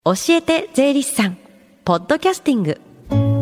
教えて税理士さんポッドキャスティング、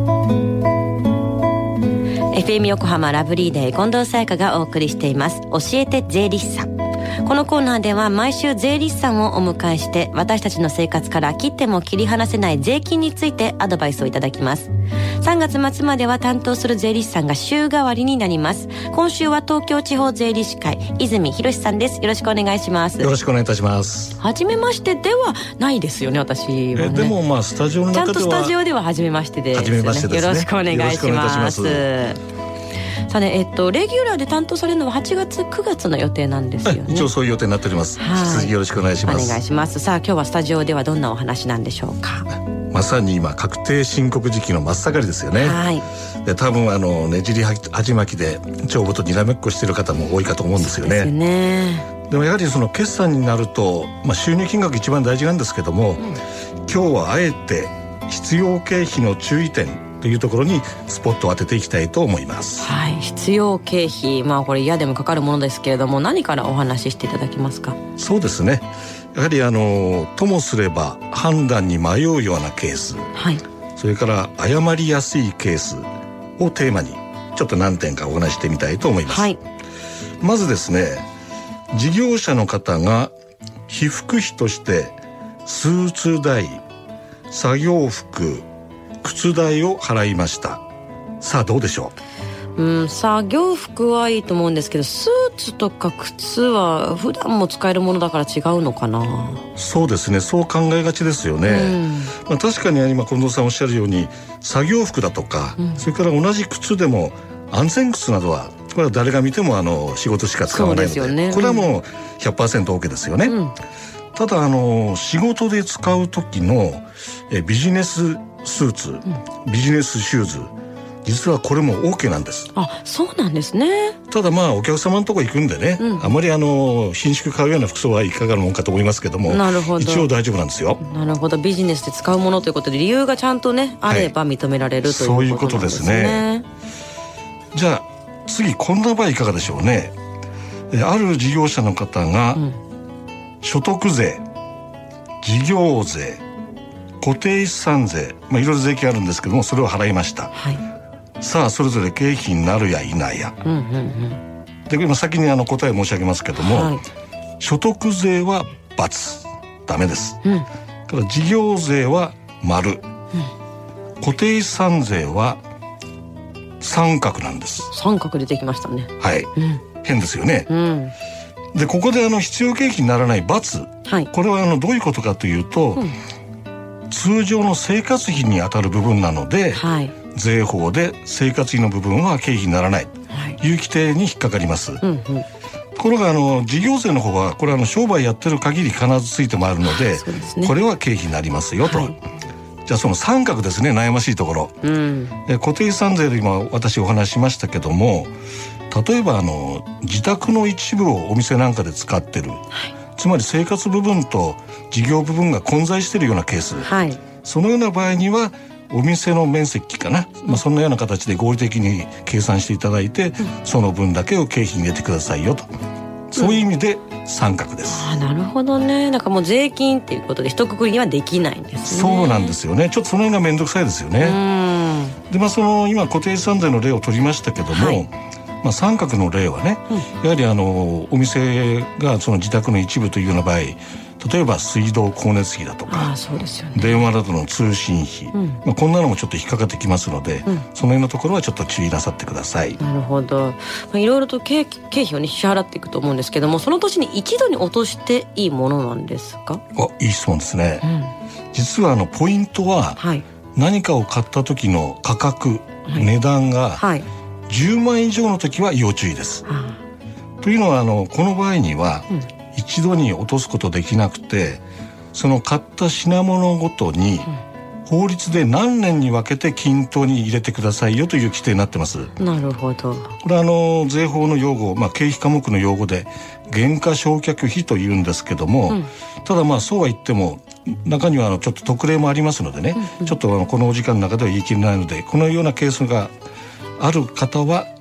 FM 横浜ラブリーデー近藤沙耶香がお送りしています教えて税理士さん。このコーナーでは毎週税理士さんをお迎えして、私たちの生活から切っても切り離せない税金についてアドバイスをいただきます。3月末までは担当する税理士さんが週替わりになります。今週は東京地方税理士会泉博さんです。よろしくお願いします。 よろしくお願いいたします。 初めましてではないですよね、私はね。 でもまあスタジオの中ではちゃんとスタジオでは初めましてですね。 初めましてですね。 よろしくお願いします。さあね、レギュラーで担当されるのは8月9月の予定なんですよね。 一応そういう予定になっております。引き続きよろしくお願いします。 お願いします。さあ今日はスタジオではどんなお話なんでしょうか。 まさに今確定申告時期の真っ盛りですよね。 はい。 で多分ねじり鉢巻きで帳簿とにらめっこしている方も多いかと思うんですよね。 そうですね。 でもやはりその決算になると、収入金額一番大事なんですけども、今日はあえて必要経費の注意点というところにスポットを当てていきたいと思います。 はい、必要経費、これ嫌でもかかるものですけれども、何からお話ししていただけますか。そうですね、 やはりともすれば判断に迷うようなケース、 はい、 それから誤りやすいケースをテーマにちょっと何点かお話してみたいと思います。 はい、 まずですね、事業者の方が被服費としてスーツ代、作業服、靴代を払いました。さあどうでしょう。 作業服はいいと思うんですけど、スーツとか靴は普段も使えるものだから違うのかな。 そうですね、そう考えがちですよね。確かに今近藤さんおっしゃるように作業服だとか、それから同じ靴でも安全靴などはこれは誰が見ても仕事しか使わないの で、これはもう 100% ですよね。ただ仕事で使う時のビジネススーツ、ビジネスシューズ、実はこれも OK なんです。 あ、そうなんですね。 ただお客様のとこ行くんでね、あまり伸縮買うような服装はいかがなもんかと思いますけども、 なるほど、 一応大丈夫なんですよ。 なるほど、ビジネスで使うものということで理由がちゃんとねあれば認められる、ということなんですね。 そういうことですね。じゃあ次こんな場合いかがでしょうね。ある事業者の方が、所得税、事業税、固定資産税、いろいろ税金あるんですけども、それを払いました。はい、さあそれぞれ経費になるや否や。で今先に答え申し上げますけども、はい、所得税は×、ダメです。ただ事業税は丸、固定資産税は三角なんです。 三角出てきましたね。 はい、変ですよね。でここで必要経費にならない×、はい、これはどういうことかというと、通常の生活費に当たる部分なので、はい、税法で生活費の部分は経費にならないという規定に引っかかります。ところが事業税の方はこれは商売やってる限り必ずついてもあるので、これは経費になりますよと。はい、じゃあその三角ですね、悩ましいところ。固定資産税で今私お話ししましたけども、例えば自宅の一部をお店なんかで使ってる、はい、つまり生活部分と事業部分が混在しているようなケース、はい、そのような場合にはお店の面積かな、そんなような形で合理的に計算していただいて、その分だけを経費に入れてくださいよと、そういう意味で三角です。 なるほどね。だからもう税金っていうことで一括りにはできないんですね。 そうなんですよね。ちょっとその辺が面倒くさいですよね。で今固定資産税の例を取りましたけども、はい、三角の例はね、やはりお店がその自宅の一部というような場合、例えば水道光熱費だとか、そうですよね、電話などの通信費、こんなのもちょっと引っかかってきますので、その辺のところはちょっと注意なさってください。 なるほど。いろいろと経費を支払っていくと思うんですけども、その年に一度に落としていいものなんですか。 いい質問ですね。実はポイントは、はい、何かを買った時の価格、値段が、10万以上の時は要注意です。というのはこの場合には、一度に落とすことできなくて、その買った品物ごとに法律で何年に分けて均等に入れてくださいよという規定になってます。 なるほど。 これは税法の用語、経費科目の用語で減価償却費というんですけども、ただそうは言っても中にはちょっと特例もありますのでね、ちょっとこのお時間の中では言い切れないので、このようなケースがある方は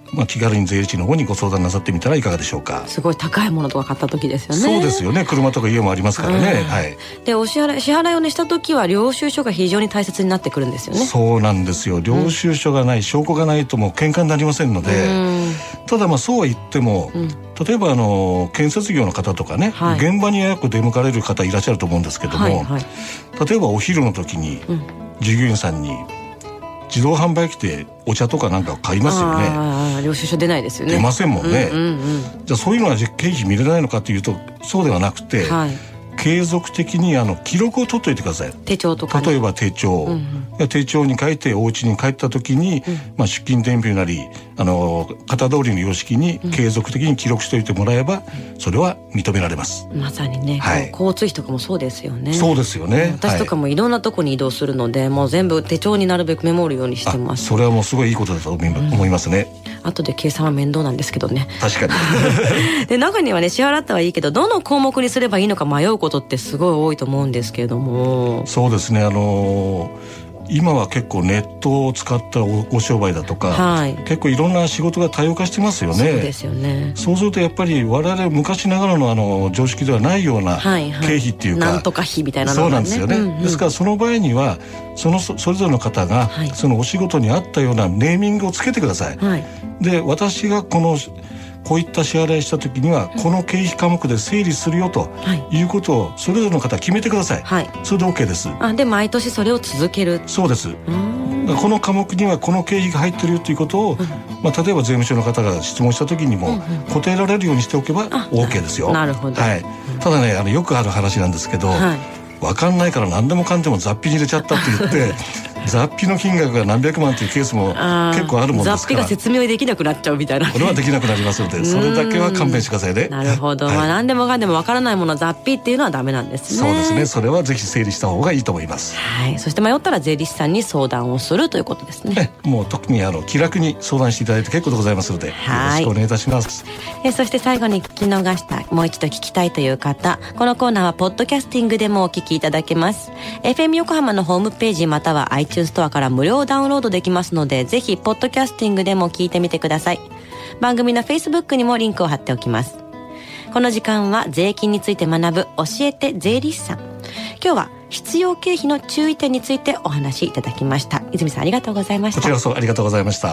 気軽に税理士の方にご相談なさってみたらいかがでしょうか。 すごい高いものとか買った時ですよね。 そうですよね。車とか家もありますからね、はい、 で支払いをねした時は領収書が非常に大切になってくるんですよね。 そうなんですよ。領収書がない、証拠がないともう喧嘩になりませんので、ただそうは言っても、例えば建設業の方とかね、はい、現場によく出向かれる方いらっしゃると思うんですけども、はいはい、例えばお昼の時に従業員さんに自動販売機でお茶とかなんか買いますよね。 領収書出ないですよね。 出ませんもんね、じゃあそういうのは経費見れないのかというとそうではなくて、はい、継続的に記録を取っておいてください。 手帳とか、ね、 例えば手帳、手帳に書いてお家に帰った時に、出勤伝票なり型通りの様式に継続的に記録しておいてもらえば、それは認められます。 まさにね、はい、交通費とかもそうですよね。 そうですよね。 私とかもいろんなとこに移動するので、もう全部手帳になるべくメモるようにしてます。 それはもうすごいいいことだと思いますね。 後で計算は面倒なんですけどね。 確かにで中にはね、支払ったはいいけどどの項目にすればいいのか迷うことってすごい多いと思うんですけれども。 そうですね、今は結構ネットを使ったご商売だとか、はい、結構いろんな仕事が多様化してますよね。 そうですよね。そうするとやっぱり我々昔ながらの常識ではないような経費っていうか、 なんとか費みたいなのがね。 そうなんですよね、ですからその場合にはそれぞれの方が、はい、そのお仕事に合ったようなネーミングをつけてください、はい、で私がこういった支払いした時にはこの経費科目で整理するよということをそれぞれの方決めてください、はい、それで OK です。 で毎年それを続ける。 そうです。この科目にはこの経費が入ってるよということを、例えば税務署の方が質問した時にも答えられるようにしておけば OK ですよ。 なるほど、 はい、ただねよくある話なんですけど、はい、分かんないから何でもかんでも雑費に入れちゃったって言って雑費の金額が何百万というケースも結構あるもんですから、 雑費が説明できなくなっちゃうみたいな、 これはできなくなりますのでそれだけは勘弁してくださいね。 なるほど、はい、何でもかんでも分からないもの雑費っていうのはダメなんですね。 そうですね。それはぜひ整理した方がいいと思います、 はい、そして迷ったら税理士さんに相談をするということですね。 もう特に気楽に相談していただいて結構でございますので、よろしくお願いいたします。 そして最後に聞き逃した、もう一度聞きたいという方、このコーナーはポッドキャスティングでもお聞きいただけます。 FM 横浜のホームページまたは iTunes ストアから無料ダウンロードできますので、ぜひポッドキャスティングでも聞いてみてください。番組の Facebook にもリンクを貼っておきます。この時間は税金について学ぶ教えて税理士さん。今日は必要経費の注意点についてお話しいただきました。泉さんありがとうございました。 こちらこそありがとうございました。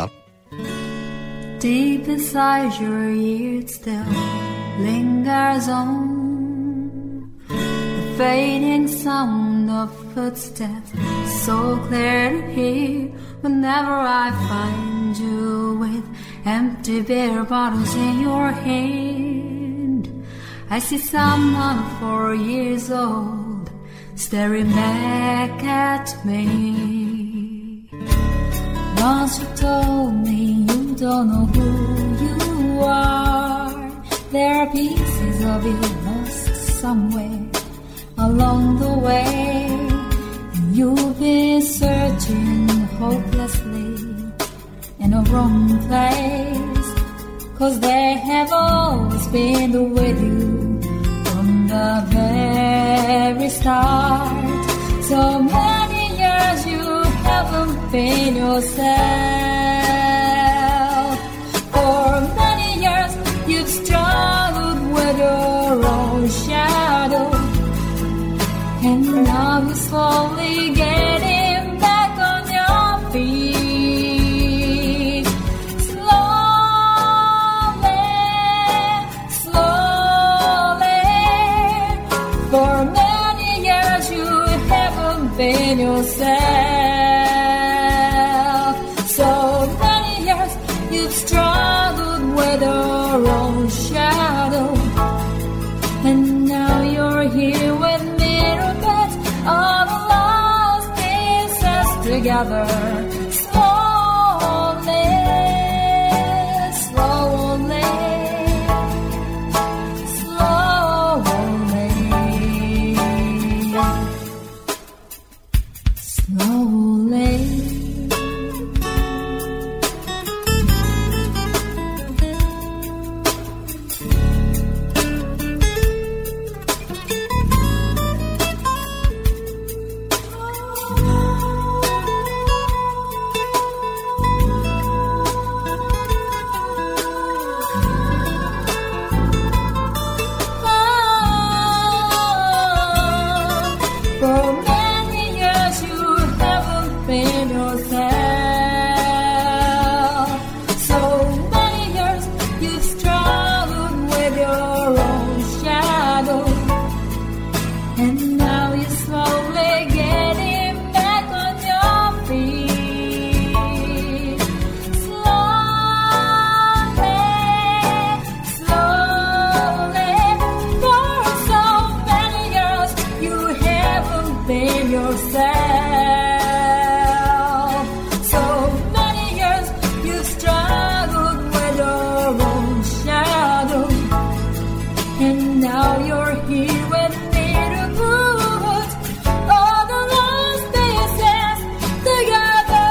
Deep inside your ears still lingers on the fading sound of footsteps, so clear to hear whenever I find you with empty beer bottles in your hand. I see someone 4 years old staring back at me. Once you told me you don't know who you are. There are pieces of you lost somewhere along the way, and you've been searching hopelessly in a wrong place, 'cause they have always been with you from the very start. So many years you haven't been yourself. For many years you've struggled with your own shadow, and now you're slowly getting back on your feet. Slowly, slowly. For many years you haven't been yourself. So many years you've struggled with your own shadow, and now you're here with me, all the lost pieces together. Slowly, slowly, slowly, slowly. yourself. So many years you've struggled with your own shadow, and now you're here with me to put all the lost pieces together.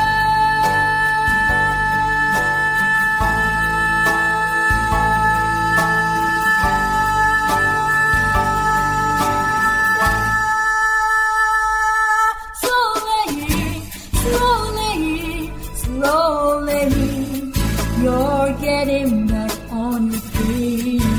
Slowly, you're getting back on your feet.